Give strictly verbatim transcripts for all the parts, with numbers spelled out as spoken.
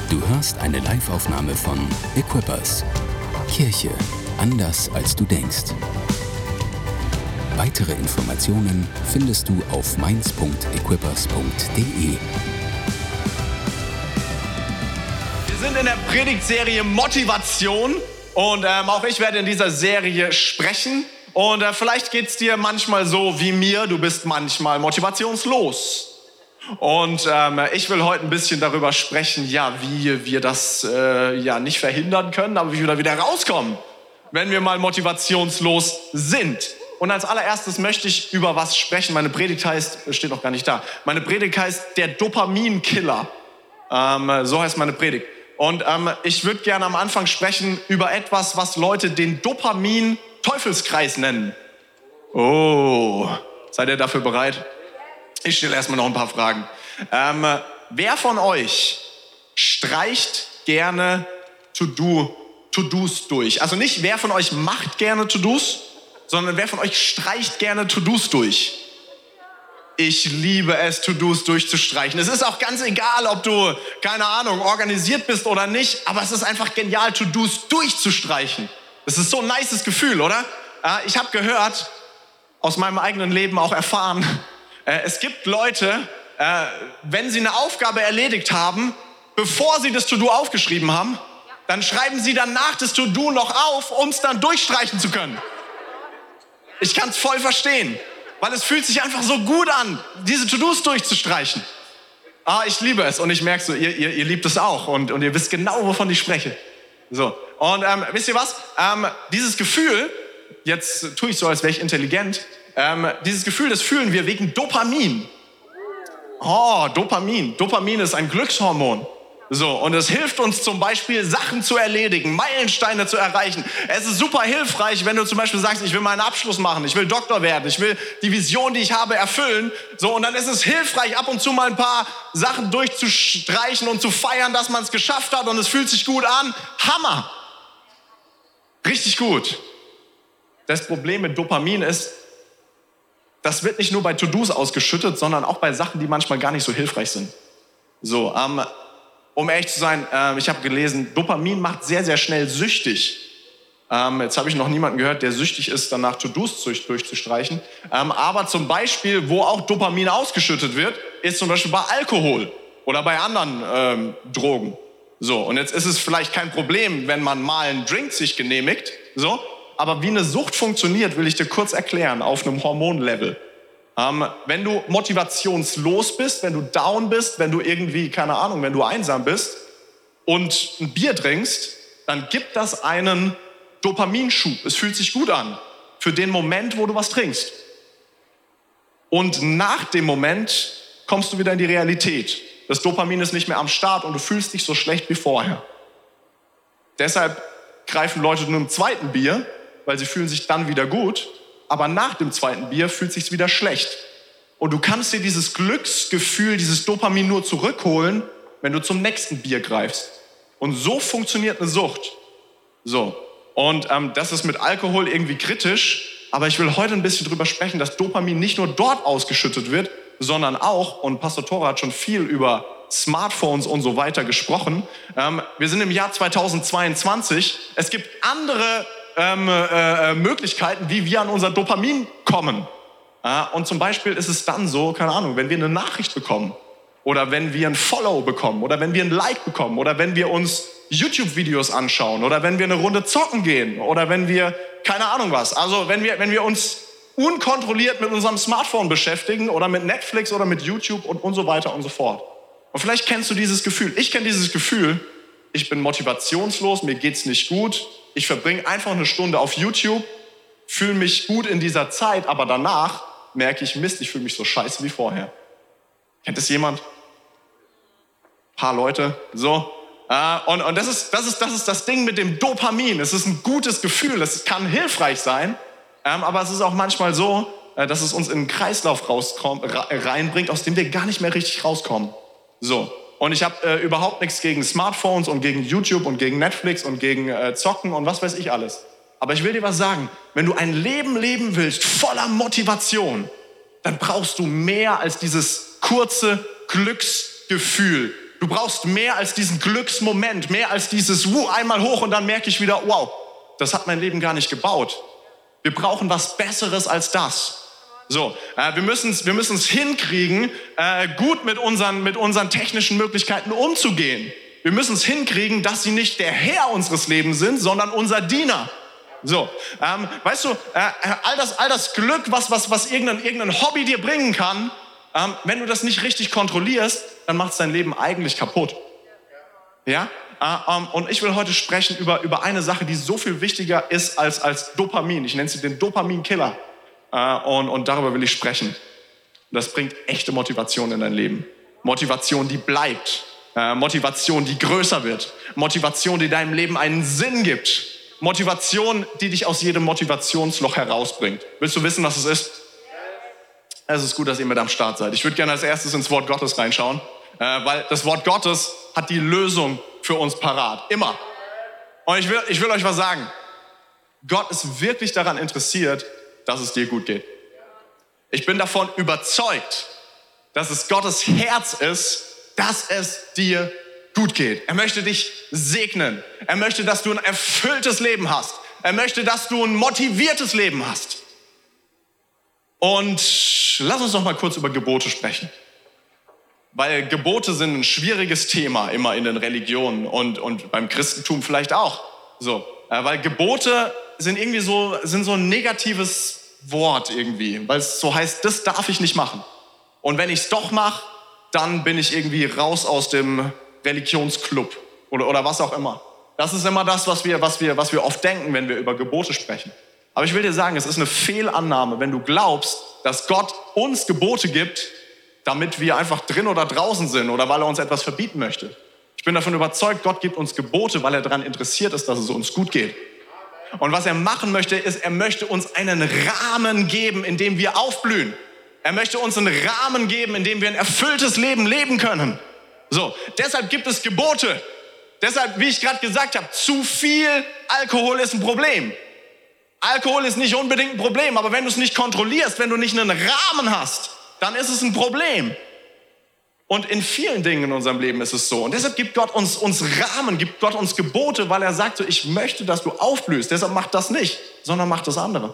Du hörst eine Live-Aufnahme von Equippers. Kirche anders als du denkst. Weitere Informationen findest du auf mainz punkt equippers punkt de. Wir sind in der Predigtserie Motivation und ähm, auch ich werde in dieser Serie sprechen. Und äh, vielleicht geht es dir manchmal so wie mir, du bist manchmal motivationslos. Und ähm, ich will heute ein bisschen darüber sprechen, ja, wie wir das äh, ja nicht verhindern können, aber wie wir da wieder rauskommen, wenn wir mal motivationslos sind. Und als allererstes möchte ich über was sprechen. Meine Predigt heißt, steht noch gar nicht da, meine Predigt heißt der Dopaminkiller. Ähm, so heißt meine Predigt. Und ähm, ich würde gerne am Anfang sprechen über etwas, was Leute den Dopamin-Teufelskreis nennen. Oh, seid ihr dafür bereit? Ich stelle erstmal noch ein paar Fragen. Ähm, wer von euch streicht gerne To-Do, To-Dos durch? Also nicht, wer von euch macht gerne To-Dos, sondern wer von euch streicht gerne To-Dos durch? Ich liebe es, To-Dos durchzustreichen. Es ist auch ganz egal, ob du, keine Ahnung, organisiert bist oder nicht, aber es ist einfach genial, To-Dos durchzustreichen. Das ist so ein nices Gefühl, oder? Äh, ich habe gehört, aus meinem eigenen Leben auch erfahren, es gibt Leute, äh, wenn sie eine Aufgabe erledigt haben, bevor sie das To-Do aufgeschrieben haben, dann schreiben sie danach das To-Do noch auf, um es dann durchstreichen zu können. Ich kann es voll verstehen, weil es fühlt sich einfach so gut an, diese To-Dos durchzustreichen. Ah, ich liebe es und ich merke so, ihr, ihr, ihr liebt es auch und, und ihr wisst genau, wovon ich spreche. So, und ähm, wisst ihr was? Ähm, dieses Gefühl, jetzt tue ich so, als wäre ich intelligent, Ähm, dieses Gefühl, das fühlen wir wegen Dopamin. Oh, Dopamin. Dopamin ist ein Glückshormon. So, und es hilft uns zum Beispiel, Sachen zu erledigen, Meilensteine zu erreichen. Es ist super hilfreich, wenn du zum Beispiel sagst, ich will meinen Abschluss machen, ich will Doktor werden, ich will die Vision, die ich habe, erfüllen. So, und dann ist es hilfreich, ab und zu mal ein paar Sachen durchzustreichen und zu feiern, dass man es geschafft hat und es fühlt sich gut an. Hammer. Richtig gut. Das Problem mit Dopamin ist, das wird nicht nur bei To-Dos ausgeschüttet, sondern auch bei Sachen, die manchmal gar nicht so hilfreich sind. So, ähm, um ehrlich zu sein, äh, ich habe gelesen, Dopamin macht sehr, sehr schnell süchtig. Ähm, jetzt habe ich noch niemanden gehört, der süchtig ist, danach To-Dos durch, durchzustreichen. Ähm, aber zum Beispiel, wo auch Dopamin ausgeschüttet wird, ist zum Beispiel bei Alkohol oder bei anderen ähm, Drogen. So, und jetzt ist es vielleicht kein Problem, wenn man mal einen Drink sich genehmigt, so. Aber wie eine Sucht funktioniert, will ich dir kurz erklären, auf einem Hormonlevel. Ähm, wenn du motivationslos bist, wenn du down bist, wenn du irgendwie, keine Ahnung, wenn du einsam bist und ein Bier trinkst, dann gibt das einen Dopaminschub. Es fühlt sich gut an für den Moment, wo du was trinkst. Und nach dem Moment kommst du wieder in die Realität. Das Dopamin ist nicht mehr am Start und du fühlst dich so schlecht wie vorher. Deshalb greifen Leute nur im zweiten Bier, weil sie fühlen sich dann wieder gut, aber nach dem zweiten Bier fühlt sich's wieder schlecht. Und du kannst dir dieses Glücksgefühl, dieses Dopamin nur zurückholen, wenn du zum nächsten Bier greifst. Und so funktioniert eine Sucht. So. Und ähm, das ist mit Alkohol irgendwie kritisch, aber ich will heute ein bisschen drüber sprechen, dass Dopamin nicht nur dort ausgeschüttet wird, sondern auch, und Pastor Thora hat schon viel über Smartphones und so weiter gesprochen. Ähm, wir sind im Jahr zweitausendzweiundzwanzig. Es gibt andere ähm, äh, Möglichkeiten, wie wir an unser Dopamin kommen. Äh, und zum Beispiel ist es dann so, keine Ahnung, wenn wir eine Nachricht bekommen oder wenn wir ein Follow bekommen oder wenn wir ein Like bekommen oder wenn wir uns YouTube-Videos anschauen oder wenn wir eine Runde zocken gehen oder wenn wir, keine Ahnung was. Also wenn wir, wenn wir uns unkontrolliert mit unserem Smartphone beschäftigen oder mit Netflix oder mit YouTube und, und so weiter und so fort. Und vielleicht kennst du dieses Gefühl. Ich kenne dieses Gefühl, ich bin motivationslos, mir geht's nicht gut. Ich verbringe einfach eine Stunde auf YouTube, fühle mich gut in dieser Zeit, aber danach merke ich, Mist, ich fühle mich so scheiße wie vorher. Kennt das jemand? Ein paar Leute, so. Äh, und und das, ist, das, ist, das ist das Ding mit dem Dopamin. Es ist ein gutes Gefühl, es kann hilfreich sein, ähm, aber es ist auch manchmal so, äh, dass es uns in einen Kreislauf rauskommt, reinbringt, aus dem wir gar nicht mehr richtig rauskommen. So, und ich habe äh, überhaupt nichts gegen Smartphones und gegen YouTube und gegen Netflix und gegen äh, Zocken und was weiß ich alles. Aber ich will dir was sagen, wenn du ein Leben leben willst voller Motivation, dann brauchst du mehr als dieses kurze Glücksgefühl, Du brauchst mehr als diesen Glücksmoment, mehr als dieses Wuh, einmal hoch und dann merke ich wieder, wow, das hat mein Leben gar nicht gebaut. Wir brauchen was Besseres als das. So, äh, wir müssen es wir müssen's hinkriegen, äh, gut mit unseren, mit unseren technischen Möglichkeiten umzugehen. Wir müssen es hinkriegen, dass sie nicht der Herr unseres Lebens sind, sondern unser Diener. So, ähm, weißt du, äh, all, das, all das Glück, was, was, was irgendein, irgendein Hobby dir bringen kann, ähm, wenn du das nicht richtig kontrollierst, dann macht es dein Leben eigentlich kaputt. Ja? Äh, ähm, und ich will heute sprechen über, über eine Sache, die so viel wichtiger ist als, als Dopamin. Ich nenne sie den Dopamin-Killer. Äh, und, und darüber will ich sprechen. Das bringt echte Motivation in dein Leben. Motivation, die bleibt. Äh, Motivation, die größer wird. Motivation, die deinem Leben einen Sinn gibt. Motivation, die dich aus jedem Motivationsloch herausbringt. Willst du wissen, was es ist? Es ist gut, dass ihr mit am Start seid. Ich würde gerne als erstes ins Wort Gottes reinschauen, äh, weil das Wort Gottes hat die Lösung für uns parat. Immer. Und ich will, ich will euch was sagen. Gott ist wirklich daran interessiert, dass es dir gut geht. Ich bin davon überzeugt, dass es Gottes Herz ist, dass es dir gut geht. Er möchte dich segnen. Er möchte, dass du ein erfülltes Leben hast. Er möchte, dass du ein motiviertes Leben hast. Und lass uns noch mal kurz über Gebote sprechen. Weil Gebote sind ein schwieriges Thema immer in den Religionen und, und beim Christentum vielleicht auch. So, äh, weil Gebote sind irgendwie so, sind so ein negatives Wort irgendwie, weil es so heißt, das darf ich nicht machen. Und wenn ich es doch mache, dann bin ich irgendwie raus aus dem Religionsclub oder, oder was auch immer. Das ist immer das, was wir, was, wir, was wir oft denken, wenn wir über Gebote sprechen. Aber ich will dir sagen, es ist eine Fehlannahme, wenn du glaubst, dass Gott uns Gebote gibt, damit wir einfach drin oder draußen sind oder weil er uns etwas verbieten möchte. Ich bin davon überzeugt, Gott gibt uns Gebote, weil er daran interessiert ist, dass es uns gut geht. Und was er machen möchte, ist, er möchte uns einen Rahmen geben, in dem wir aufblühen. Er möchte uns einen Rahmen geben, in dem wir ein erfülltes Leben leben können. So, deshalb gibt es Gebote. Deshalb, wie ich gerade gesagt habe, zu viel Alkohol ist ein Problem. Alkohol ist nicht unbedingt ein Problem, aber wenn du es nicht kontrollierst, wenn du nicht einen Rahmen hast, dann ist es ein Problem. Und in vielen Dingen in unserem Leben ist es so. Und deshalb gibt Gott uns, uns Rahmen, gibt Gott uns Gebote, weil er sagt so, ich möchte, dass du aufblühst. Deshalb mach das nicht, sondern mach das andere.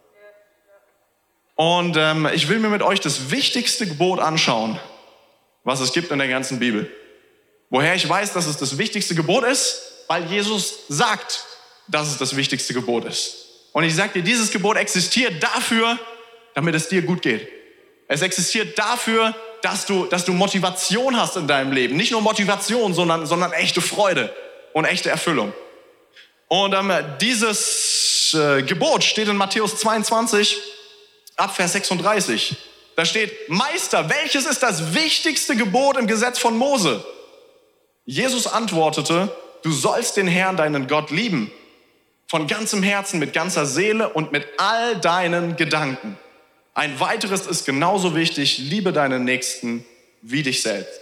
Und ähm, ich will mir mit euch das wichtigste Gebot anschauen, was es gibt in der ganzen Bibel. Woher ich weiß, dass es das wichtigste Gebot ist? Weil Jesus sagt, dass es das wichtigste Gebot ist. Und ich sage dir, dieses Gebot existiert dafür, damit es dir gut geht. Es existiert dafür, dass du, dass du Motivation hast in deinem Leben. Nicht nur Motivation, sondern, sondern echte Freude und echte Erfüllung. Und ähm, dieses äh, Gebot steht in Matthäus zweiundzwanzig, ab Vers sechsunddreißig. Da steht, Meister, welches ist das wichtigste Gebot im Gesetz von Mose? Jesus antwortete, du sollst den Herrn, deinen Gott, lieben. Von ganzem Herzen, mit ganzer Seele und mit all deinen Gedanken. Ein weiteres ist genauso wichtig, liebe deinen Nächsten wie dich selbst.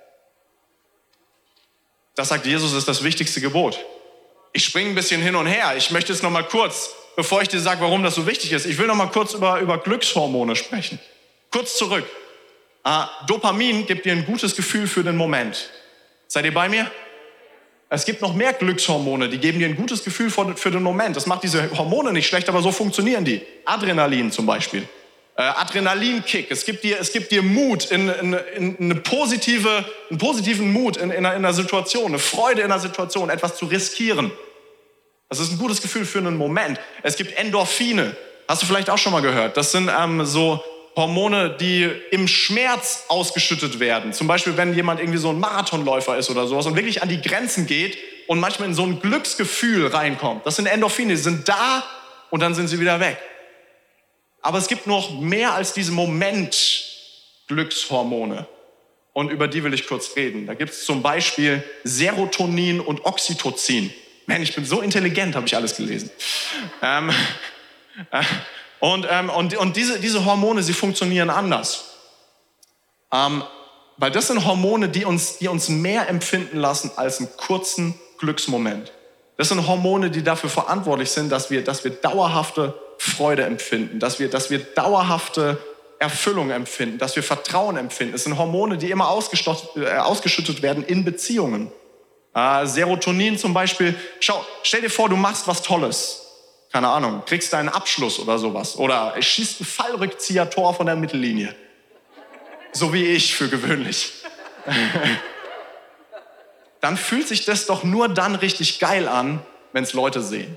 Das sagt Jesus, ist das wichtigste Gebot. Ich springe ein bisschen hin und her. Ich möchte jetzt noch mal kurz, bevor ich dir sage, warum das so wichtig ist, ich will noch mal kurz über, über Glückshormone sprechen. Kurz zurück. Äh, Dopamin gibt dir ein gutes Gefühl für den Moment. Seid ihr bei mir? Es gibt noch mehr Glückshormone, die geben dir ein gutes Gefühl für, für den Moment. Das macht diese Hormone nicht schlecht, aber so funktionieren die. Adrenalin zum Beispiel. Äh, Adrenalinkick. Es gibt dir, es gibt dir Mut, in, in, in eine positive, einen positiven Mut in, in, einer, in einer Situation, eine Freude in einer Situation, etwas zu riskieren. Das ist ein gutes Gefühl für einen Moment. Es gibt Endorphine. Hast du vielleicht auch schon mal gehört? Das sind ähm, so Hormone, die im Schmerz ausgeschüttet werden. Zum Beispiel, wenn jemand irgendwie so ein Marathonläufer ist oder sowas und wirklich an die Grenzen geht und manchmal in so ein Glücksgefühl reinkommt. Das sind Endorphine, die sind da und dann sind sie wieder weg. Aber es gibt noch mehr als diese Moment-Glückshormone. Und über die will ich kurz reden. Da gibt es zum Beispiel Serotonin und Oxytocin. Man, ich bin so intelligent, habe ich alles gelesen. ähm, äh, und ähm, und, und diese, diese Hormone, sie funktionieren anders. Ähm, weil das sind Hormone, die uns, die uns mehr empfinden lassen als einen kurzen Glücksmoment. Das sind Hormone, die dafür verantwortlich sind, dass wir, dass wir dauerhafte Freude empfinden, dass wir, dass wir dauerhafte Erfüllung empfinden, dass wir Vertrauen empfinden. Es sind Hormone, die immer äh, ausgeschüttet werden in Beziehungen. Äh, Serotonin zum Beispiel. Schau, stell dir vor, du machst was Tolles. Keine Ahnung, kriegst deinen Abschluss oder sowas. Oder schießt ein Fallrückzieher-Tor von der Mittellinie. So wie ich für gewöhnlich. Dann fühlt sich das doch nur dann richtig geil an, wenn es Leute sehen.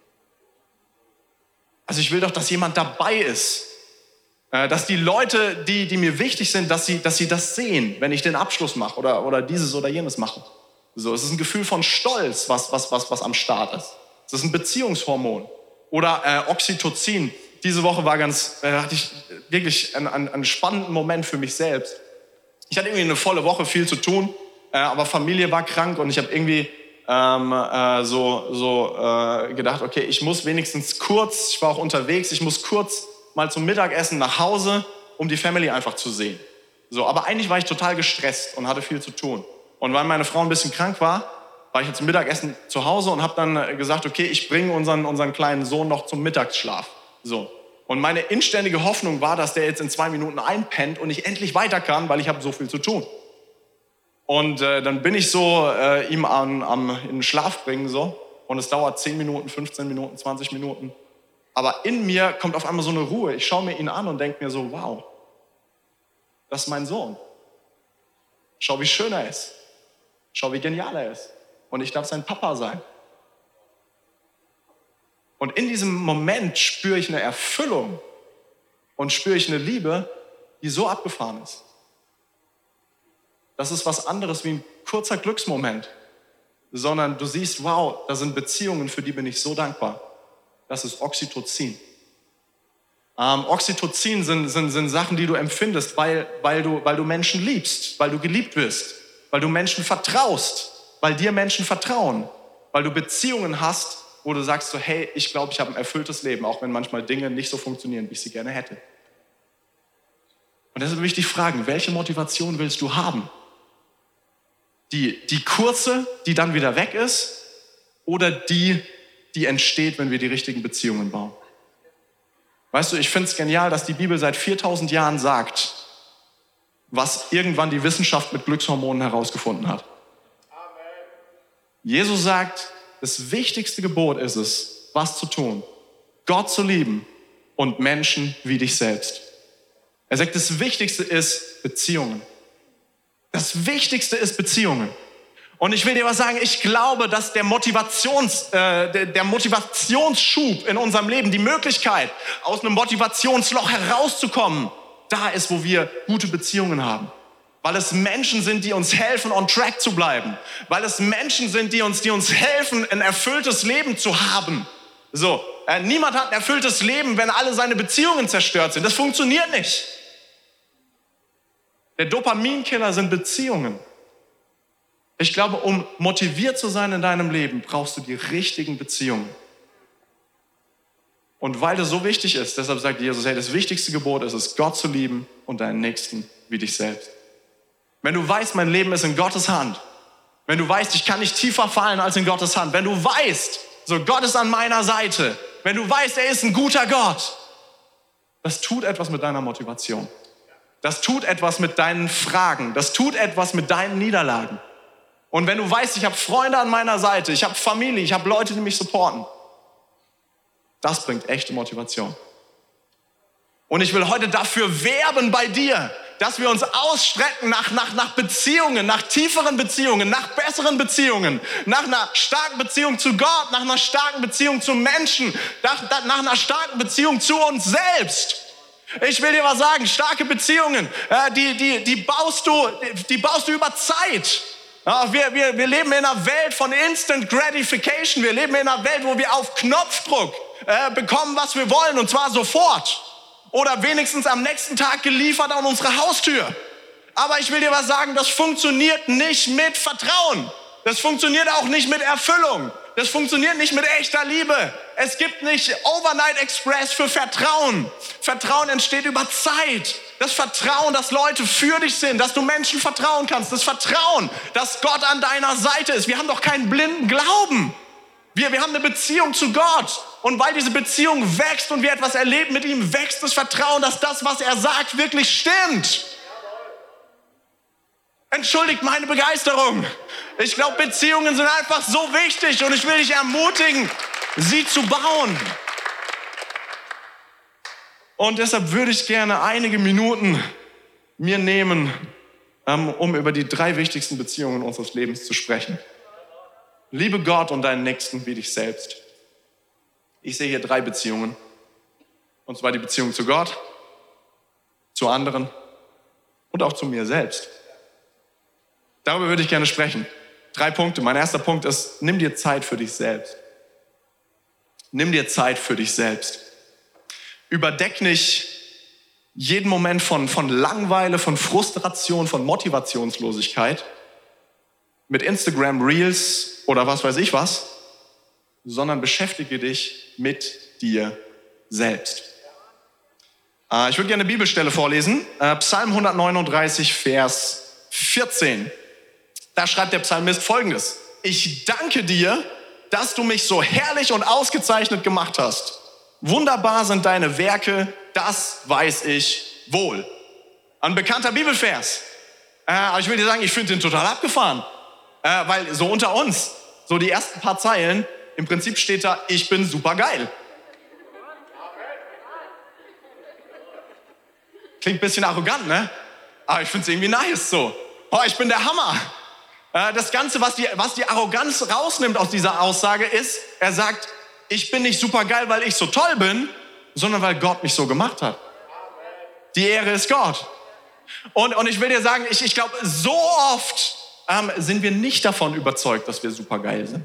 Also ich will doch, dass jemand dabei ist. Dass die Leute, die, die mir wichtig sind, dass sie, dass sie das sehen, wenn ich den Abschluss mache oder, oder dieses oder jenes mache. So, es ist ein Gefühl von Stolz, was, was, was, was am Start ist. Es ist ein Beziehungshormon. Oder äh, Oxytocin. Diese Woche war ganz, äh, hatte ich wirklich einen, einen, einen spannenden Moment für mich selbst. Ich hatte irgendwie eine volle Woche, viel zu tun, äh, aber Familie war krank und ich habe irgendwie ähm, äh, so, so äh, gedacht, okay, ich muss wenigstens kurz, ich war auch unterwegs, ich muss kurz mal zum Mittagessen nach Hause, um die Family einfach zu sehen. So, aber eigentlich war ich total gestresst und hatte viel zu tun. Und weil meine Frau ein bisschen krank war, war ich jetzt zum Mittagessen zu Hause und habe dann gesagt, okay, ich bringe unseren, unseren kleinen Sohn noch zum Mittagsschlaf. So. Und meine inständige Hoffnung war, dass der jetzt in zwei Minuten einpennt und ich endlich weiter kann, weil ich habe so viel zu tun. Und äh, dann bin ich so äh, ihm am, am, in den Schlaf bringen so und es dauert zehn Minuten, fünfzehn Minuten, zwanzig Minuten. Aber in mir kommt auf einmal so eine Ruhe. Ich schaue mir ihn an und denke mir so, wow, das ist mein Sohn. Schau, wie schön er ist. Schau, wie genial er ist. Und ich darf sein Papa sein. Und in diesem Moment spüre ich eine Erfüllung und spüre ich eine Liebe, die so abgefahren ist. Das ist was anderes wie ein kurzer Glücksmoment, sondern du siehst, wow, da sind Beziehungen, für die bin ich so dankbar. Das ist Oxytocin. Ähm, Oxytocin sind, sind, sind Sachen, die du empfindest, weil, weil, du, weil du Menschen liebst, weil du geliebt wirst, weil du Menschen vertraust, weil dir Menschen vertrauen, weil du Beziehungen hast, wo du sagst so, hey, ich glaube, ich habe ein erfülltes Leben, auch wenn manchmal Dinge nicht so funktionieren, wie ich sie gerne hätte. Und deshalb will ich dich fragen, welche Motivation willst du haben? Die, die kurze, die dann wieder weg ist, oder die, die entsteht, wenn wir die richtigen Beziehungen bauen? Weißt du, ich finde es genial, dass die Bibel seit viertausend Jahren sagt, was irgendwann die Wissenschaft mit Glückshormonen herausgefunden hat. Jesus sagt, das wichtigste Gebot ist es, was zu tun, Gott zu lieben und Menschen wie dich selbst. Er sagt, das Wichtigste ist Beziehungen. Das Wichtigste ist Beziehungen. Und ich will dir was sagen, ich glaube, dass der, Motivations, äh, der, der Motivationsschub in unserem Leben, die Möglichkeit, aus einem Motivationsloch herauszukommen, da ist, wo wir gute Beziehungen haben. Weil es Menschen sind, die uns helfen, on track zu bleiben. Weil es Menschen sind, die uns, die uns helfen, ein erfülltes Leben zu haben. So, äh, niemand hat ein erfülltes Leben, wenn alle seine Beziehungen zerstört sind. Das funktioniert nicht. Der Dopaminkiller sind Beziehungen. Ich glaube, um motiviert zu sein in deinem Leben, brauchst du die richtigen Beziehungen. Und weil das so wichtig ist, deshalb sagt Jesus, hey, das wichtigste Gebot ist es, Gott zu lieben und deinen Nächsten wie dich selbst. Wenn du weißt, mein Leben ist in Gottes Hand, wenn du weißt, ich kann nicht tiefer fallen als in Gottes Hand, wenn du weißt, so Gott ist an meiner Seite, wenn du weißt, er ist ein guter Gott, das tut etwas mit deiner Motivation. Das tut etwas mit deinen Fragen, das tut etwas mit deinen Niederlagen. Und wenn du weißt, ich habe Freunde an meiner Seite, ich habe Familie, ich habe Leute, die mich supporten, das bringt echte Motivation. Und ich will heute dafür werben bei dir, dass wir uns ausstrecken nach, nach, nach Beziehungen, nach tieferen Beziehungen, nach besseren Beziehungen, nach einer starken Beziehung zu Gott, nach einer starken Beziehung zu Menschen, nach, nach einer starken Beziehung zu uns selbst. Ich will dir was sagen, starke Beziehungen, äh, die, die, die, baust du, die baust du über Zeit. Ja, wir, wir, wir leben in einer Welt von Instant Gratification. Wir leben in einer Welt, wo wir auf Knopfdruck äh, bekommen, was wir wollen, und zwar sofort. Oder wenigstens am nächsten Tag geliefert an unsere Haustür. Aber ich will dir was sagen, das funktioniert nicht mit Vertrauen. Das funktioniert auch nicht mit Erfüllung. Das funktioniert nicht mit echter Liebe. Es gibt nicht Overnight Express für Vertrauen. Vertrauen entsteht über Zeit. Das Vertrauen, dass Leute für dich sind, dass du Menschen vertrauen kannst. Das Vertrauen, dass Gott an deiner Seite ist. Wir haben doch keinen blinden Glauben. Wir, wir haben eine Beziehung zu Gott. Und weil diese Beziehung wächst und wir etwas erleben mit ihm, wächst das Vertrauen, dass das, was er sagt, wirklich stimmt. Entschuldigt meine Begeisterung. Ich glaube, Beziehungen sind einfach so wichtig und ich will dich ermutigen, sie zu bauen. Und deshalb würde ich gerne einige Minuten mir nehmen, um über die drei wichtigsten Beziehungen unseres Lebens zu sprechen. Liebe Gott und deinen Nächsten wie dich selbst. Ich sehe hier drei Beziehungen. Und zwar die Beziehung zu Gott, zu anderen und auch zu mir selbst. Darüber würde ich gerne sprechen. Drei Punkte. Mein erster Punkt ist, nimm dir Zeit für dich selbst. Nimm dir Zeit für dich selbst. Überdeck nicht jeden Moment von, von Langeweile, von Frustration, von Motivationslosigkeit mit Instagram Reels oder was weiß ich was, sondern beschäftige dich mit dir selbst. Äh, ich würde gerne eine Bibelstelle vorlesen. Äh, Psalm hundertneununddreißig, Vers vierzehn. Da schreibt der Psalmist Folgendes: Ich danke dir, dass du mich so herrlich und ausgezeichnet gemacht hast. Wunderbar sind deine Werke, das weiß ich wohl. Ein bekannter Bibelvers. Äh, aber ich will dir sagen, ich finde den total abgefahren. Äh, weil so unter uns, so die ersten paar Zeilen, im Prinzip steht da, ich bin super geil. Klingt ein bisschen arrogant, ne? Aber ich finde es irgendwie nice so. Oh, ich bin der Hammer. Äh, das Ganze, was die, was die Arroganz rausnimmt aus dieser Aussage ist, er sagt, ich bin nicht super geil, weil ich so toll bin, sondern weil Gott mich so gemacht hat. Die Ehre ist Gott. Und, und ich will dir sagen, ich, ich glaube, so oft ähm, sind wir nicht davon überzeugt, dass wir super geil sind.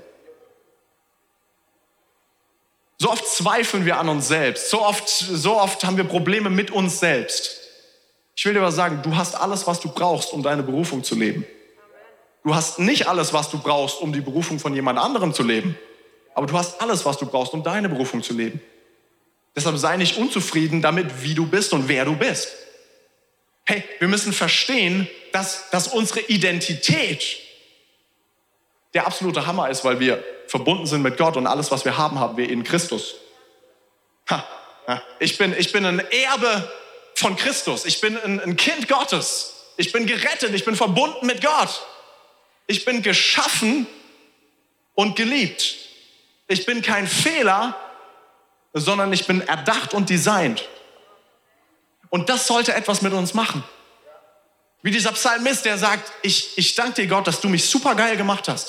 So oft zweifeln wir an uns selbst. So oft, so oft haben wir Probleme mit uns selbst. Ich will dir aber sagen, du hast alles, was du brauchst, um deine Berufung zu leben. Du hast nicht alles, was du brauchst, um die Berufung von jemand anderem zu leben. Aber du hast alles, was du brauchst, um deine Berufung zu leben. Deshalb sei nicht unzufrieden damit, wie du bist und wer du bist. Hey, wir müssen verstehen, dass, dass unsere Identität der absolute Hammer ist, weil wir verbunden sind mit Gott und alles, was wir haben, haben wir in Christus. Ha, ha. Ich bin, ich bin ein Erbe von Christus. Ich bin ein, ein Kind Gottes. Ich bin gerettet. Ich bin verbunden mit Gott. Ich bin geschaffen und geliebt. Ich bin kein Fehler, sondern ich bin erdacht und designt. Und das sollte etwas mit uns machen. Wie dieser Psalmist, der sagt, ich, ich danke dir Gott, dass du mich super geil gemacht hast.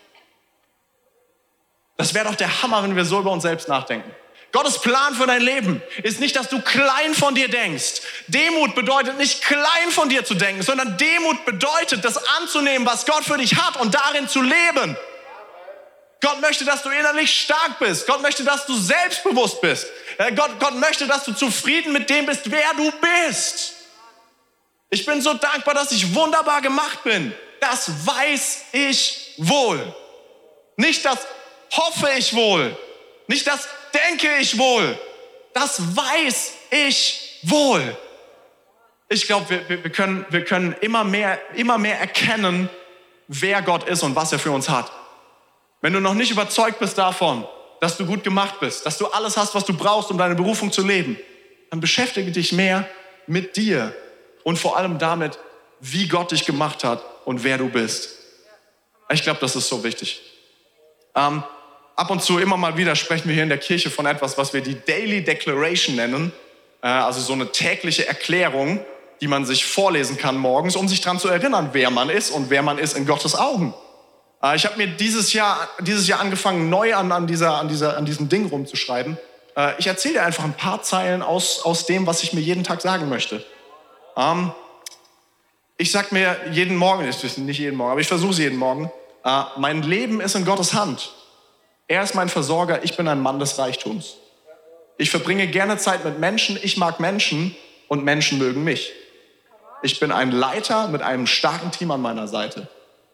Das wäre doch der Hammer, wenn wir so über uns selbst nachdenken. Gottes Plan für dein Leben ist nicht, dass du klein von dir denkst. Demut bedeutet nicht klein von dir zu denken, sondern Demut bedeutet, das anzunehmen, was Gott für dich hat und darin zu leben. Gott möchte, dass du innerlich stark bist. Gott möchte, dass du selbstbewusst bist. Gott, Gott möchte, dass du zufrieden mit dem bist, wer du bist. Ich bin so dankbar, dass ich wunderbar gemacht bin. Das weiß ich wohl. Nicht das hoffe ich wohl. Nicht das denke ich wohl. Das weiß ich wohl. Ich glaube, wir, wir, können, wir können immer mehr, immer mehr erkennen, wer Gott ist und was er für uns hat. Wenn du noch nicht überzeugt bist davon, dass du gut gemacht bist, dass du alles hast, was du brauchst, um deine Berufung zu leben, dann beschäftige dich mehr mit dir und vor allem damit, wie Gott dich gemacht hat und wer du bist. Ich glaube, das ist so wichtig. Ähm, ab und zu immer mal wieder sprechen wir hier in der Kirche von etwas, was wir die Daily Declaration nennen, äh, also so eine tägliche Erklärung, die man sich vorlesen kann morgens, um sich daran zu erinnern, wer man ist und wer man ist in Gottes Augen. Ich habe mir dieses Jahr, dieses Jahr angefangen, neu an, an, dieser, an, dieser, an diesem Ding rumzuschreiben. Ich erzähle dir einfach ein paar Zeilen aus, aus dem, was ich mir jeden Tag sagen möchte. Ähm, ich sage mir jeden Morgen, nicht jeden Morgen, aber ich versuche es jeden Morgen, äh, mein Leben ist in Gottes Hand. Er ist mein Versorger, ich bin ein Mann des Reichtums. Ich verbringe gerne Zeit mit Menschen, ich mag Menschen und Menschen mögen mich. Ich bin ein Leiter mit einem starken Team an meiner Seite.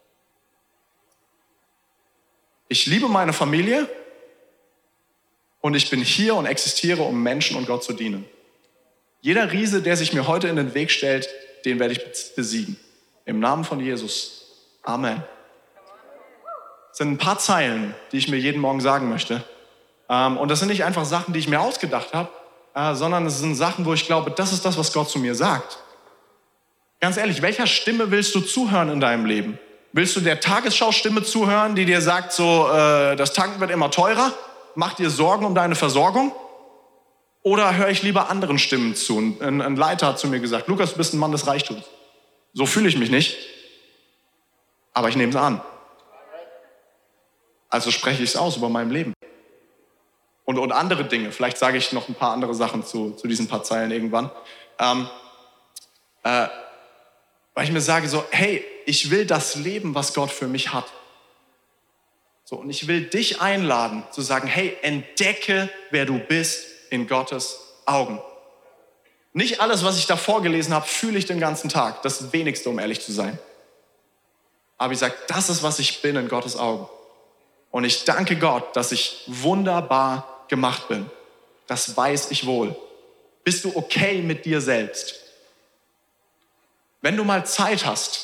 Ich liebe meine Familie und ich bin hier und existiere, um Menschen und Gott zu dienen. Jeder Riese, der sich mir heute in den Weg stellt, den werde ich besiegen. Im Namen von Jesus. Amen. Das sind ein paar Zeilen, die ich mir jeden Morgen sagen möchte. Ähm, und das sind nicht einfach Sachen, die ich mir ausgedacht habe, äh, sondern es sind Sachen, wo ich glaube, das ist das, was Gott zu mir sagt. Ganz ehrlich, welcher Stimme willst du zuhören in deinem Leben? Willst du der Tagesschau-Stimme zuhören, die dir sagt, so, äh, das Tanken wird immer teurer, mach dir Sorgen um deine Versorgung? Oder höre ich lieber anderen Stimmen zu? Ein, ein Leiter hat zu mir gesagt, Lukas, du bist ein Mann des Reichtums. So fühle ich mich nicht, aber ich nehme es an. Also spreche ich es aus über mein Leben. Und, und andere Dinge, vielleicht sage ich noch ein paar andere Sachen zu, zu diesen paar Zeilen irgendwann. Ähm, äh, weil ich mir sage so, hey, ich will das Leben, was Gott für mich hat. So, und ich will dich einladen, zu sagen, hey, entdecke, wer du bist in Gottes Augen. Nicht alles, was ich da vorgelesen habe, fühle ich den ganzen Tag. Das Wenigste, um ehrlich zu sein. Aber ich sage, das ist, was ich bin in Gottes Augen. Und ich danke Gott, dass ich wunderbar gemacht bin. Das weiß ich wohl. Bist du okay mit dir selbst? Wenn du mal Zeit hast,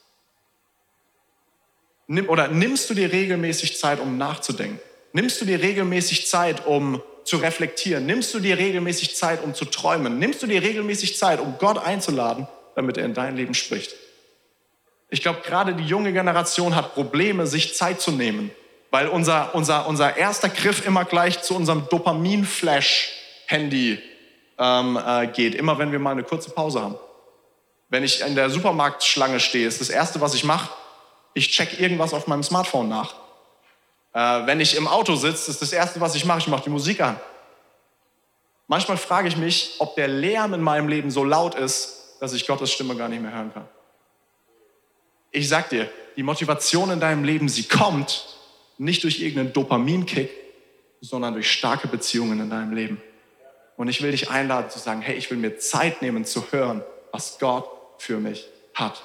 nimm, oder nimmst du dir regelmäßig Zeit, um nachzudenken? Nimmst du dir regelmäßig Zeit, um zu reflektieren? Nimmst du dir regelmäßig Zeit, um zu träumen? Nimmst du dir regelmäßig Zeit, um Gott einzuladen, damit er in dein Leben spricht? Ich glaube, gerade die junge Generation hat Probleme, sich Zeit zu nehmen, weil unser, unser, unser erster Griff immer gleich zu unserem Dopamin-Flash-Handy ähm, äh, geht, immer wenn wir mal eine kurze Pause haben. Wenn ich in der Supermarktschlange stehe, ist das Erste, was ich mache, ich check irgendwas auf meinem Smartphone nach. Äh, wenn ich im Auto sitze, ist das Erste, was ich mache, ich mache die Musik an. Manchmal frage ich mich, ob der Lärm in meinem Leben so laut ist, dass ich Gottes Stimme gar nicht mehr hören kann. Ich sag dir, die Motivation in deinem Leben, sie kommt nicht durch irgendeinen Dopaminkick, sondern durch starke Beziehungen in deinem Leben. Und ich will dich einladen zu sagen, hey, ich will mir Zeit nehmen zu hören, was Gott für mich hat.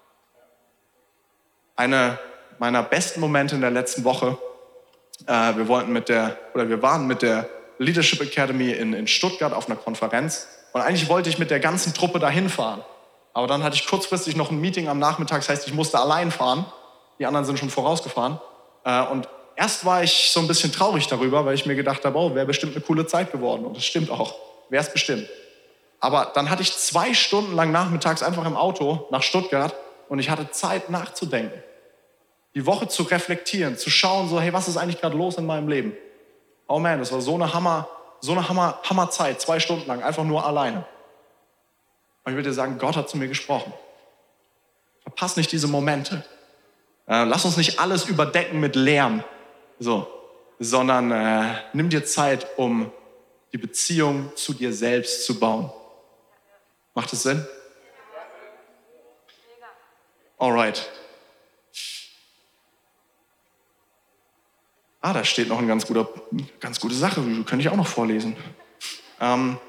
Einer meiner besten Momente in der letzten Woche, äh, wir wollten mit der, oder wir waren mit der Leadership Academy in, in Stuttgart auf einer Konferenz. Und eigentlich wollte ich mit der ganzen Truppe dahin fahren. Aber dann hatte ich kurzfristig noch ein Meeting am Nachmittag, das heißt, ich musste allein fahren. Die anderen sind schon vorausgefahren. Äh, und erst war ich so ein bisschen traurig darüber, weil ich mir gedacht habe, oh, wäre bestimmt eine coole Zeit geworden. Und das stimmt auch, wäre es bestimmt. Aber dann hatte ich zwei Stunden lang nachmittags einfach im Auto nach Stuttgart und ich hatte Zeit nachzudenken. Die Woche zu reflektieren, zu schauen, so, hey, was ist eigentlich gerade los in meinem Leben? Oh man, das war so eine Hammer, so eine Hammer, Hammerzeit, zwei Stunden lang, einfach nur alleine. Und ich würde dir sagen, Gott hat zu mir gesprochen. Verpass nicht diese Momente. Äh, lass uns nicht alles überdecken mit Lärm, so, sondern äh, nimm dir Zeit, um die Beziehung zu dir selbst zu bauen. Macht das Sinn? Alright. Ah, da steht noch eine ganz gute, ganz gute Sache, die könnte ich auch noch vorlesen. Ähm,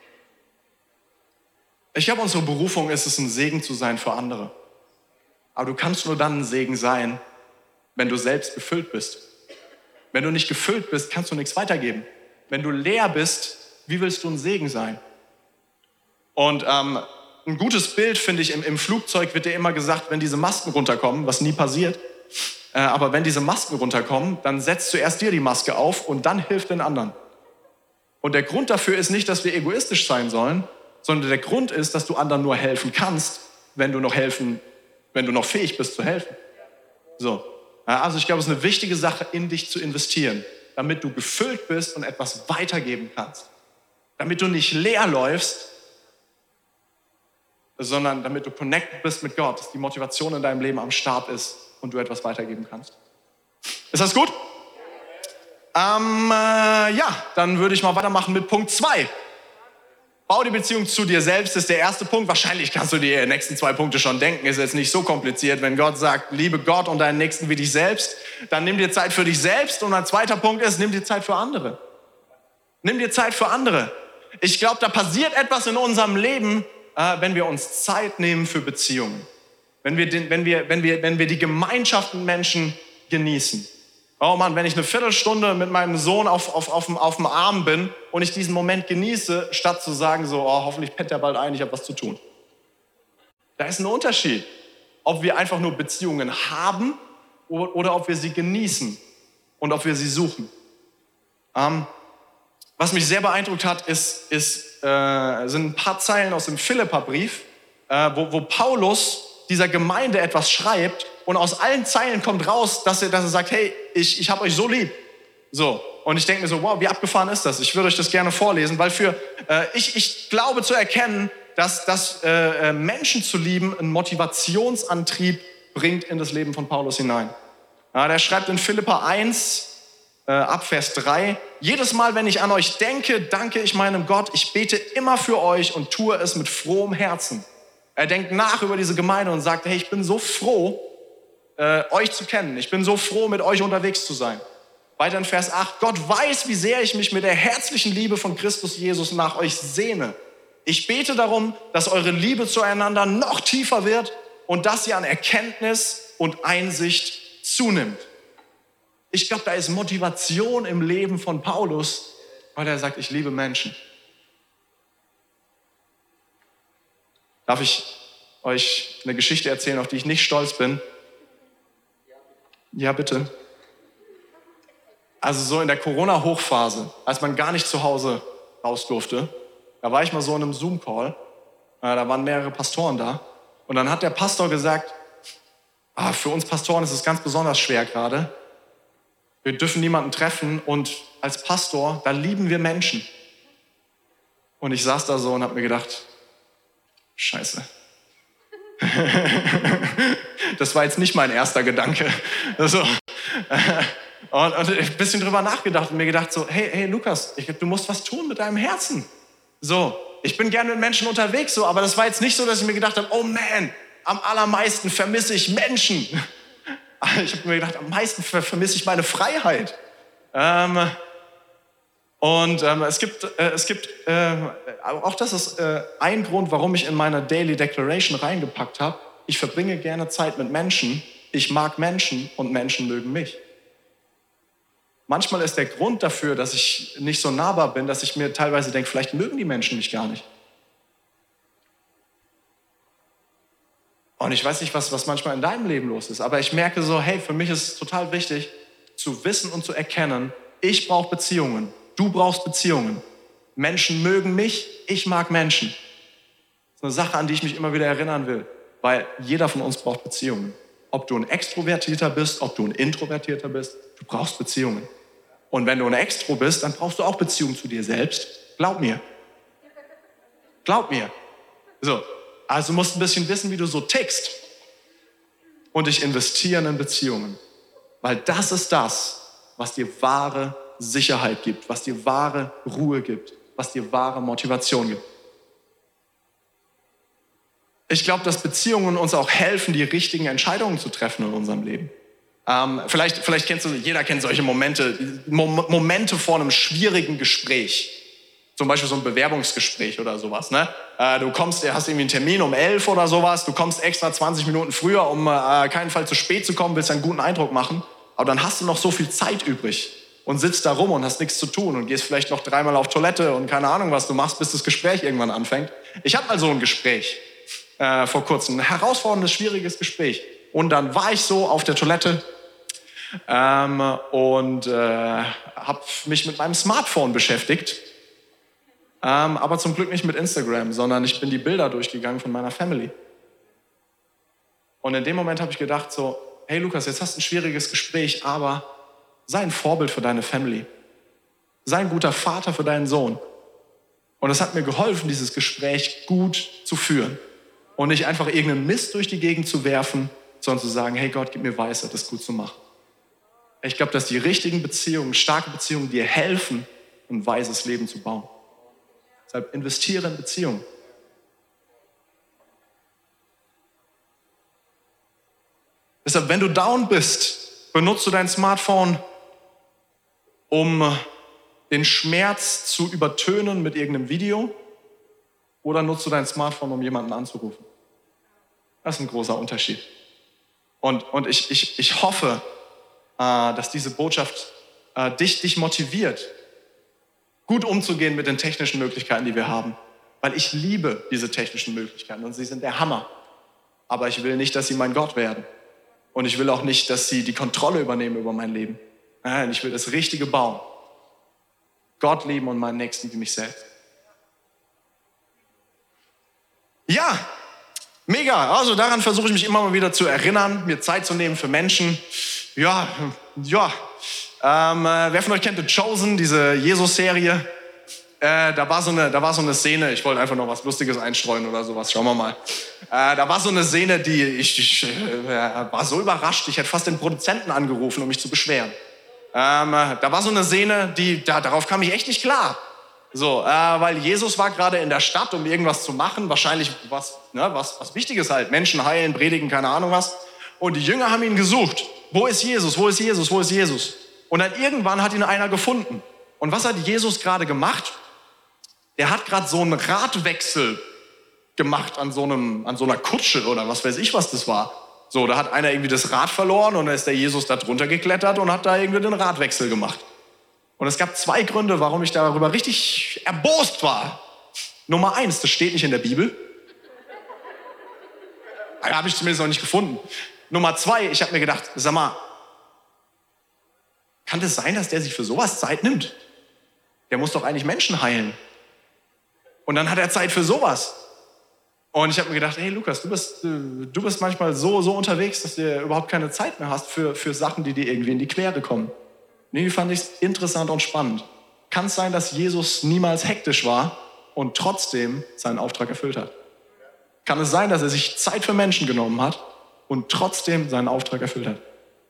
ich glaube, unsere Berufung ist es, ein Segen zu sein für andere. Aber du kannst nur dann ein Segen sein, wenn du selbst gefüllt bist. Wenn du nicht gefüllt bist, kannst du nichts weitergeben. Wenn du leer bist, wie willst du ein Segen sein? Und ähm, ein gutes Bild, finde ich, im, im Flugzeug wird dir immer gesagt, wenn diese Masken runterkommen, was nie passiert, äh, aber wenn diese Masken runterkommen, dann setzt zuerst dir die Maske auf und dann hilf den anderen. Und der Grund dafür ist nicht, dass wir egoistisch sein sollen, sondern der Grund ist, dass du anderen nur helfen kannst, wenn du noch helfen, wenn du noch fähig bist zu helfen. So. Also ich glaube, es ist eine wichtige Sache, in dich zu investieren, damit du gefüllt bist und etwas weitergeben kannst. Damit du nicht leer läufst, sondern damit du connected bist mit Gott, dass die Motivation in deinem Leben am Start ist und du etwas weitergeben kannst. Ist das gut? Ähm, äh, ja, dann würde ich mal weitermachen mit Punkt zwei. Bau die Beziehung zu dir selbst ist der erste Punkt. Wahrscheinlich kannst du dir die nächsten zwei Punkte schon denken. Ist jetzt nicht so kompliziert. Wenn Gott sagt, liebe Gott und deinen Nächsten wie dich selbst, dann nimm dir Zeit für dich selbst. Und ein zweiter Punkt ist, nimm dir Zeit für andere. Nimm dir Zeit für andere. Ich glaube, da passiert etwas in unserem Leben, äh, wenn wir uns Zeit nehmen für Beziehungen. Wenn wir, den, wenn, wir, wenn, wir, wenn wir die Gemeinschaft mit Menschen genießen. Oh Mann, wenn ich eine Viertelstunde mit meinem Sohn auf, auf, auf, dem, auf dem Arm bin und ich diesen Moment genieße, statt zu sagen so, oh, hoffentlich pennt er bald ein, ich habe was zu tun. Da ist ein Unterschied, ob wir einfach nur Beziehungen haben oder, oder ob wir sie genießen und ob wir sie suchen. Ähm, was mich sehr beeindruckt hat, ist, ist, äh, sind ein paar Zeilen aus dem Philipperbrief, äh, wo, wo Paulus dieser Gemeinde etwas schreibt und aus allen Zeilen kommt raus, dass er, dass er sagt, hey, ich, ich habe euch so lieb. So. Und ich denke mir so, wow, wie abgefahren ist das? Ich würde euch das gerne vorlesen, weil für äh, ich, ich glaube zu erkennen, dass, dass äh, Menschen zu lieben einen Motivationsantrieb bringt in das Leben von Paulus hinein. Ja, der schreibt in Philipper eins, äh, ab Vers drei, jedes Mal, wenn ich an euch denke, danke ich meinem Gott, ich bete immer für euch und tue es mit frohem Herzen. Er denkt nach über diese Gemeinde und sagt, hey, ich bin so froh, äh, euch zu kennen. Ich bin so froh, mit euch unterwegs zu sein. Weiter in Vers acht, Gott weiß, wie sehr ich mich mit der herzlichen Liebe von Christus Jesus nach euch sehne. Ich bete darum, dass eure Liebe zueinander noch tiefer wird und dass sie an Erkenntnis und Einsicht zunimmt. Ich glaube, da ist Motivation im Leben von Paulus, weil er sagt, ich liebe Menschen. Darf ich euch eine Geschichte erzählen, auf die ich nicht stolz bin? Ja, bitte. Also so in der Corona-Hochphase, als man gar nicht zu Hause raus durfte, da war ich mal so in einem Zoom-Call, da waren mehrere Pastoren da und dann hat der Pastor gesagt, ah, für uns Pastoren ist es ganz besonders schwer gerade. Wir dürfen niemanden treffen und als Pastor, da lieben wir Menschen. Und ich saß da so und habe mir gedacht, Scheiße. Das war jetzt nicht mein erster Gedanke. Also, und, und ein bisschen drüber nachgedacht und mir gedacht so, hey, hey Lukas, ich, du musst was tun mit deinem Herzen. So, ich bin gerne mit Menschen unterwegs, so, aber das war jetzt nicht so, dass ich mir gedacht habe, oh man, am allermeisten vermisse ich Menschen. Ich habe mir gedacht, am meisten vermisse ich meine Freiheit. Ähm, und ähm, es gibt, äh, es gibt äh, auch das ist äh, ein Grund, warum ich in meine Daily Declaration reingepackt habe. Ich verbringe gerne Zeit mit Menschen. Ich mag Menschen und Menschen mögen mich. Manchmal ist der Grund dafür, dass ich nicht so nahbar bin, dass ich mir teilweise denke, vielleicht mögen die Menschen mich gar nicht. Und ich weiß nicht, was, was manchmal in deinem Leben los ist, aber ich merke so, hey, für mich ist es total wichtig, zu wissen und zu erkennen, ich brauche Beziehungen, du brauchst Beziehungen. Menschen mögen mich, ich mag Menschen. Das ist eine Sache, an die ich mich immer wieder erinnern will, weil jeder von uns braucht Beziehungen. Ob du ein Extrovertierter bist, ob du ein Introvertierter bist, du brauchst Beziehungen. Und wenn du ein Extro bist, dann brauchst du auch Beziehungen zu dir selbst. Glaub mir. Glaub mir. So, also du musst ein bisschen wissen, wie du so tickst. Und dich investieren in Beziehungen. Weil das ist das, was dir wahre Sicherheit gibt, was dir wahre Ruhe gibt, was dir wahre Motivation gibt. Ich glaube, dass Beziehungen uns auch helfen, die richtigen Entscheidungen zu treffen in unserem Leben. Ähm, vielleicht, vielleicht kennst du, jeder kennt solche Momente, Mom- Momente vor einem schwierigen Gespräch. Zum Beispiel so ein Bewerbungsgespräch oder sowas. Ne? Äh, du kommst, du hast irgendwie einen Termin um elf oder sowas, du kommst extra zwanzig Minuten früher, um äh, keinen Fall zu spät zu kommen, willst einen guten Eindruck machen. Aber dann hast du noch so viel Zeit übrig und sitzt da rum und hast nichts zu tun und gehst vielleicht noch dreimal auf Toilette und keine Ahnung, was du machst, bis das Gespräch irgendwann anfängt. Ich hatte mal so ein Gespräch äh, vor kurzem, ein herausforderndes, schwieriges Gespräch. Und dann war ich so auf der Toilette ähm, und äh, habe mich mit meinem Smartphone beschäftigt. Ähm, aber zum Glück nicht mit Instagram, sondern ich bin die Bilder durchgegangen von meiner Family. Und in dem Moment habe ich gedacht so, hey Lukas, jetzt hast du ein schwieriges Gespräch, aber sei ein Vorbild für deine Family. Sei ein guter Vater für deinen Sohn. Und es hat mir geholfen, dieses Gespräch gut zu führen. Und nicht einfach irgendeinen Mist durch die Gegend zu werfen, sondern zu sagen, hey Gott, gib mir Weisheit, das gut zu machen. Ich glaube, dass die richtigen Beziehungen, starke Beziehungen dir helfen, ein weises Leben zu bauen. Deshalb investiere in Beziehungen. Deshalb, wenn du down bist, benutzt du dein Smartphone, um den Schmerz zu übertönen mit irgendeinem Video, oder nutzt du dein Smartphone, um jemanden anzurufen? Das ist ein großer Unterschied. Und, und ich, ich, ich hoffe, äh, dass diese Botschaft äh, dich, dich motiviert, gut umzugehen mit den technischen Möglichkeiten, die wir haben. Weil ich liebe diese technischen Möglichkeiten und sie sind der Hammer. Aber ich will nicht, dass sie mein Gott werden. Und ich will auch nicht, dass sie die Kontrolle übernehmen über mein Leben. Nein, ich will das Richtige bauen. Gott lieben und meinen Nächsten wie mich selbst. Ja, mega. Also daran versuche ich mich immer mal wieder zu erinnern, mir Zeit zu nehmen für Menschen. Ja, ja. Ähm, äh, wer von euch kennt The Chosen, diese Jesus-Serie? Äh, da war so eine, da war so eine Szene, ich wollte einfach noch was Lustiges einstreuen oder sowas, schauen wir mal. Äh, da war so eine Szene, die, ich, ich äh, war so überrascht, ich hätte fast den Produzenten angerufen, um mich zu beschweren. Ähm, äh, da war so eine Szene, die, da, darauf kam ich echt nicht klar. So, äh, weil Jesus war gerade in der Stadt, um irgendwas zu machen, wahrscheinlich was, ne, was, was Wichtiges halt, Menschen heilen, predigen, keine Ahnung was. Und die Jünger haben ihn gesucht. Wo ist Jesus, wo ist Jesus, wo ist Jesus? Und dann irgendwann hat ihn einer gefunden. Und was hat Jesus gerade gemacht? Der hat gerade so einen Radwechsel gemacht an so, einem, an so einer Kutsche oder was weiß ich, was das war. So, da hat einer irgendwie das Rad verloren und dann ist der Jesus da drunter geklettert und hat da irgendwie den Radwechsel gemacht. Und es gab zwei Gründe, warum ich darüber richtig erbost war. Nummer eins, das steht nicht in der Bibel. Da habe ich zumindest noch nicht gefunden. Nummer zwei, ich habe mir gedacht, sag mal, kann das sein, dass der sich für sowas Zeit nimmt? Der muss doch eigentlich Menschen heilen. Und dann hat er Zeit für sowas. Und ich habe mir gedacht, hey Lukas, du bist, du bist manchmal so, so unterwegs, dass du überhaupt keine Zeit mehr hast für, für Sachen, die dir irgendwie in die Quere kommen. Nee, fand ich interessant und spannend. Kann es sein, dass Jesus niemals hektisch war und trotzdem seinen Auftrag erfüllt hat? Kann es sein, dass er sich Zeit für Menschen genommen hat und trotzdem seinen Auftrag erfüllt hat?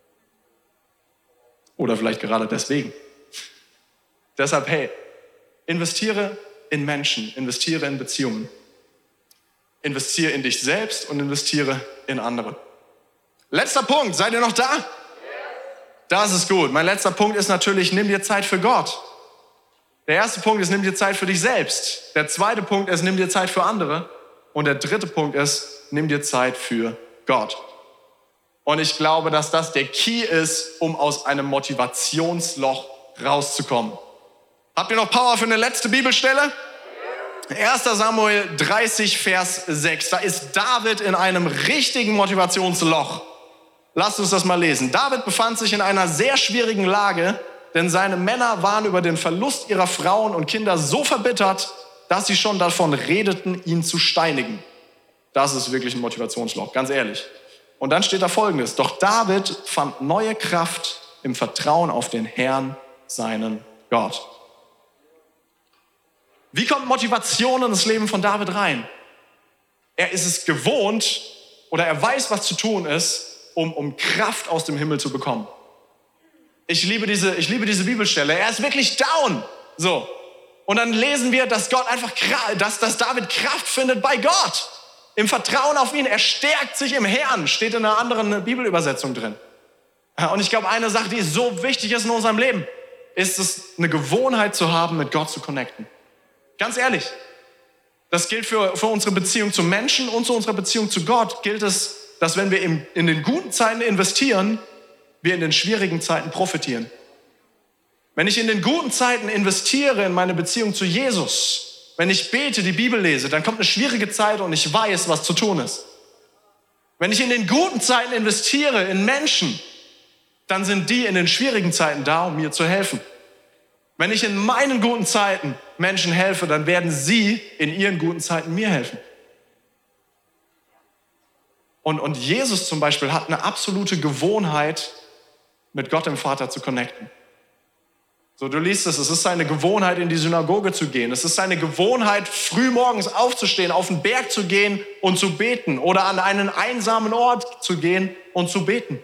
Oder vielleicht gerade deswegen. Deshalb, hey, investiere in Menschen, investiere in Beziehungen. Investiere in dich selbst und investiere in andere. Letzter Punkt, seid ihr noch da? Das ist gut. Mein letzter Punkt ist natürlich, nimm dir Zeit für Gott. Der erste Punkt ist, nimm dir Zeit für dich selbst. Der zweite Punkt ist, nimm dir Zeit für andere. Und der dritte Punkt ist, nimm dir Zeit für Gott. Und ich glaube, dass das der Key ist, um aus einem Motivationsloch rauszukommen. Habt ihr noch Power für eine letzte Bibelstelle? erster Samuel dreißig, Vers sechs. Da ist David in einem richtigen Motivationsloch. Lasst uns das mal lesen. David befand sich in einer sehr schwierigen Lage, denn seine Männer waren über den Verlust ihrer Frauen und Kinder so verbittert, dass sie schon davon redeten, ihn zu steinigen. Das ist wirklich ein Motivationsloch, ganz ehrlich. Und dann steht da Folgendes. Doch David fand neue Kraft im Vertrauen auf den Herrn, seinen Gott. Wie kommt Motivation in das Leben von David rein? Er ist es gewohnt oder er weiß, was zu tun ist, um, um Kraft aus dem Himmel zu bekommen. Ich liebe diese, ich liebe diese Bibelstelle. Er ist wirklich down. So. Und dann lesen wir, dass Gott einfach, dass, dass David Kraft findet bei Gott. Im Vertrauen auf ihn. Er stärkt sich im Herrn. Steht in einer anderen Bibelübersetzung drin. Und ich glaube, eine Sache, die so wichtig ist in unserem Leben, ist es, eine Gewohnheit zu haben, mit Gott zu connecten. Ganz ehrlich. Das gilt für, für unsere Beziehung zu Menschen und zu unserer Beziehung zu Gott. Gilt es, dass wenn wir in, in den guten Zeiten investieren, wir in den schwierigen Zeiten profitieren. Wenn ich in den guten Zeiten investiere in meine Beziehung zu Jesus, wenn ich bete, die Bibel lese, dann kommt eine schwierige Zeit und ich weiß, was zu tun ist. Wenn ich in den guten Zeiten investiere in Menschen, dann sind die in den schwierigen Zeiten da, um mir zu helfen. Wenn ich in meinen guten Zeiten Menschen helfe, dann werden sie in ihren guten Zeiten mir helfen. Und, und Jesus zum Beispiel hat eine absolute Gewohnheit, mit Gott dem Vater zu connecten. So, du liest es, es ist seine Gewohnheit, in die Synagoge zu gehen. Es ist seine Gewohnheit, früh morgens aufzustehen, auf den Berg zu gehen und zu beten oder an einen einsamen Ort zu gehen und zu beten.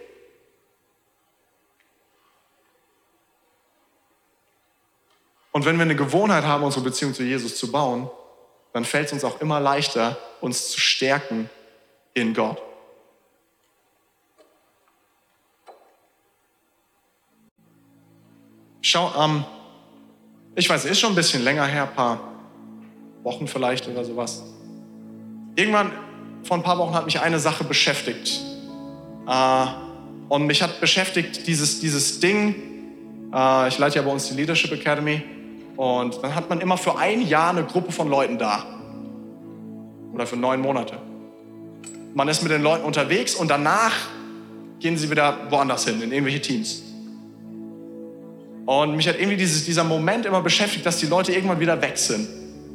Und wenn wir eine Gewohnheit haben, unsere Beziehung zu Jesus zu bauen, dann fällt es uns auch immer leichter, uns zu stärken in Gott. Schau, ähm, ich weiß, ist schon ein bisschen länger her, ein paar Wochen vielleicht oder sowas. Irgendwann, vor ein paar Wochen hat mich eine Sache beschäftigt. Äh, und mich hat beschäftigt dieses, dieses Ding, äh, ich leite ja bei uns die Leadership Academy, und dann hat man immer für ein Jahr eine Gruppe von Leuten da. Oder für neun Monate. Man ist mit den Leuten unterwegs und danach gehen sie wieder woanders hin, in irgendwelche Teams. Und mich hat irgendwie dieses, dieser Moment immer beschäftigt, dass die Leute irgendwann wieder weg sind.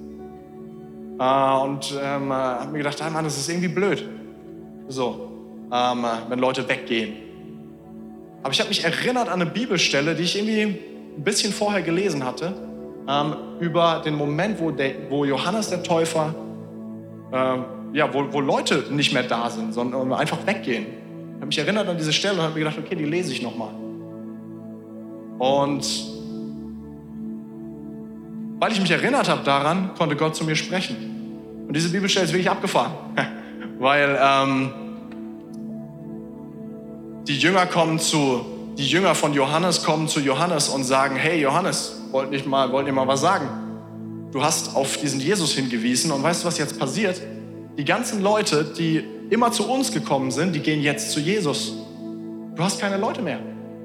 Äh, und ähm, habe mir gedacht, ah Mann, das ist irgendwie blöd. So, ähm, wenn Leute weggehen. Aber ich habe mich erinnert an eine Bibelstelle, die ich irgendwie ein bisschen vorher gelesen hatte, ähm, über den Moment, wo, der, wo Johannes der Täufer, ähm, ja, wo, wo Leute nicht mehr da sind, sondern einfach weggehen. Ich habe mich erinnert an diese Stelle und habe mir gedacht, okay, die lese ich nochmal. Und weil ich mich erinnert habe daran, konnte Gott zu mir sprechen. Und diese Bibelstelle ist wirklich abgefahren, weil ähm, die Jünger kommen zu, die Jünger von Johannes kommen zu Johannes und sagen, hey Johannes, wollt nicht mal, wollt ihr mal was sagen? Du hast auf diesen Jesus hingewiesen und weißt du, was jetzt passiert? Die ganzen Leute, die immer zu uns gekommen sind, die gehen jetzt zu Jesus. Du hast keine Leute mehr.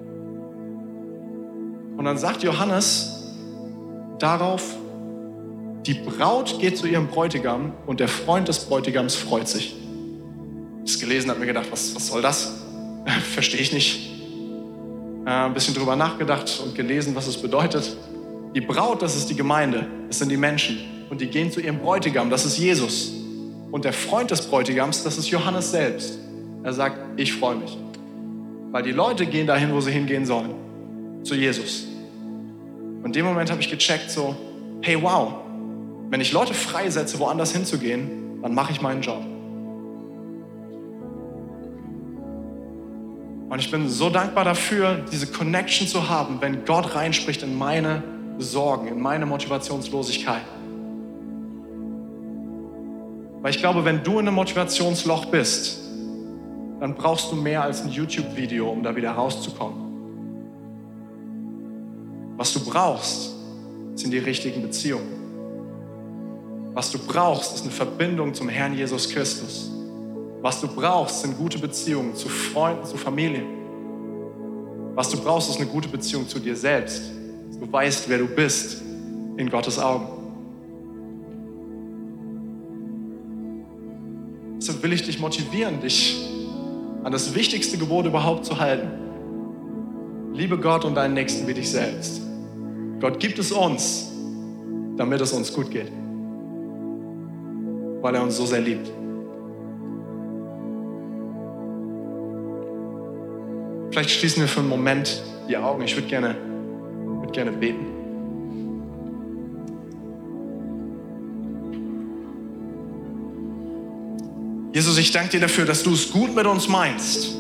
Und dann sagt Johannes darauf, die Braut geht zu ihrem Bräutigam und der Freund des Bräutigams freut sich. Ich habe es gelesen, habe mir gedacht, was, was soll das? Verstehe ich nicht. Äh, ein bisschen drüber nachgedacht und gelesen, was es bedeutet. Die Braut, das ist die Gemeinde, das sind die Menschen. Und die gehen zu ihrem Bräutigam, das ist Jesus. Und der Freund des Bräutigams, das ist Johannes selbst. Er sagt, ich freue mich. Weil die Leute gehen dahin, wo sie hingehen sollen. Zu Jesus. Und in dem Moment habe ich gecheckt, so, hey, wow, wenn ich Leute freisetze, woanders hinzugehen, dann mache ich meinen Job. Und ich bin so dankbar dafür, diese Connection zu haben, wenn Gott reinspricht in meine Sorgen, in meine Motivationslosigkeit. Weil ich glaube, wenn du in einem Motivationsloch bist, dann brauchst du mehr als ein YouTube-Video, um da wieder rauszukommen. Was du brauchst, sind die richtigen Beziehungen. Was du brauchst, ist eine Verbindung zum Herrn Jesus Christus. Was du brauchst, sind gute Beziehungen zu Freunden, zu Familie. Was du brauchst, ist eine gute Beziehung zu dir selbst. Dass du weißt, wer du bist in Gottes Augen. Deshalb will ich dich motivieren, dich an das wichtigste Gebot überhaupt zu halten. Liebe Gott und deinen Nächsten wie dich selbst. Gott gibt es uns, damit es uns gut geht. Weil er uns so sehr liebt. Vielleicht schließen wir für einen Moment die Augen. Ich würde gerne, würde gerne beten. Jesus, ich danke dir dafür, dass du es gut mit uns meinst.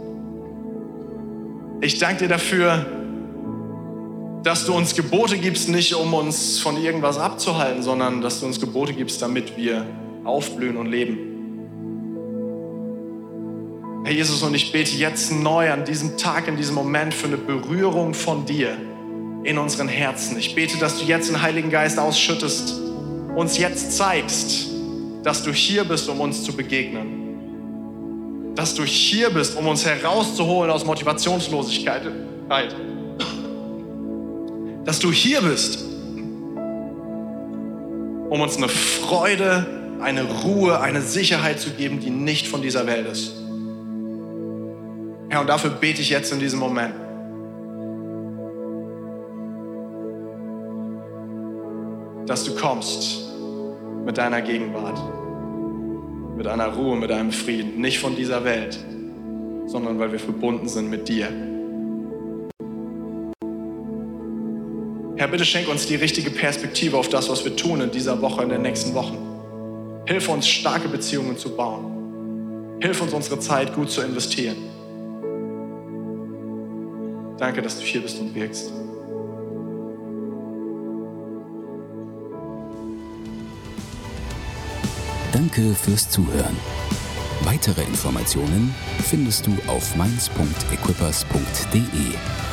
Ich danke dir dafür, dass du uns Gebote gibst, nicht um uns von irgendwas abzuhalten, sondern dass du uns Gebote gibst, damit wir aufblühen und leben. Herr Jesus, und ich bete jetzt neu an diesem Tag, in diesem Moment für eine Berührung von dir in unseren Herzen. Ich bete, dass du jetzt den Heiligen Geist ausschüttest, uns jetzt zeigst, dass du hier bist, um uns zu begegnen. Dass du hier bist, um uns herauszuholen aus Motivationslosigkeit. Dass du hier bist, um uns eine Freude, eine Ruhe, eine Sicherheit zu geben, die nicht von dieser Welt ist. Herr, und dafür bete ich jetzt in diesem Moment. Dass du kommst mit deiner Gegenwart, mit einer Ruhe, mit einem Frieden, nicht von dieser Welt, sondern weil wir verbunden sind mit dir. Herr, bitte schenk uns die richtige Perspektive auf das, was wir tun in dieser Woche, in den nächsten Wochen. Hilf uns, starke Beziehungen zu bauen. Hilf uns, unsere Zeit gut zu investieren. Danke, dass du hier bist und wirkst. Danke fürs Zuhören. Weitere Informationen findest du auf mainz punkt equippers punkt de.